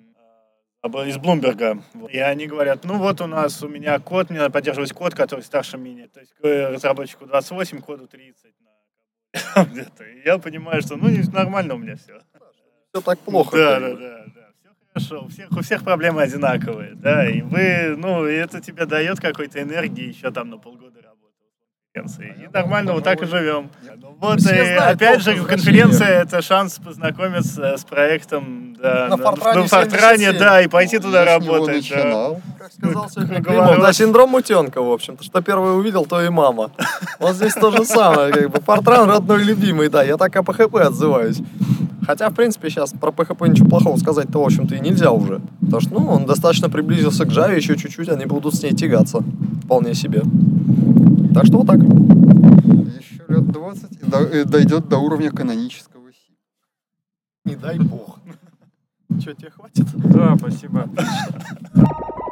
Блумберга. И они говорят, у меня код, мне надо поддерживать код, который старше меня. То есть разработчику 28, коду 30. Где-то. И я понимаю, что нормально у меня все. Все так плохо. Да. Все хорошо. У всех проблемы одинаковые. Да, и это тебе дает какой-то энергии еще на полгода работы. И нормально так и живем. И опять же, конференция — это шанс познакомиться с проектом на Фортране, и пойти туда работать. Как сказал сегодня Климов, синдром утенка, в общем-то. Что первый увидел, то и мама. Вот здесь то же самое. Фортран родной любимый, я так о ПХП отзываюсь. Хотя, в принципе, сейчас про PHP ничего плохого сказать-то, в общем-то, и нельзя уже. Потому что, он достаточно приблизился к Java, еще чуть-чуть они будут с ней тягаться. Вполне себе. Так что так. Еще лет 20 и дойдет до уровня канонического C. Не дай бог. Че, тебе хватит? Да, спасибо.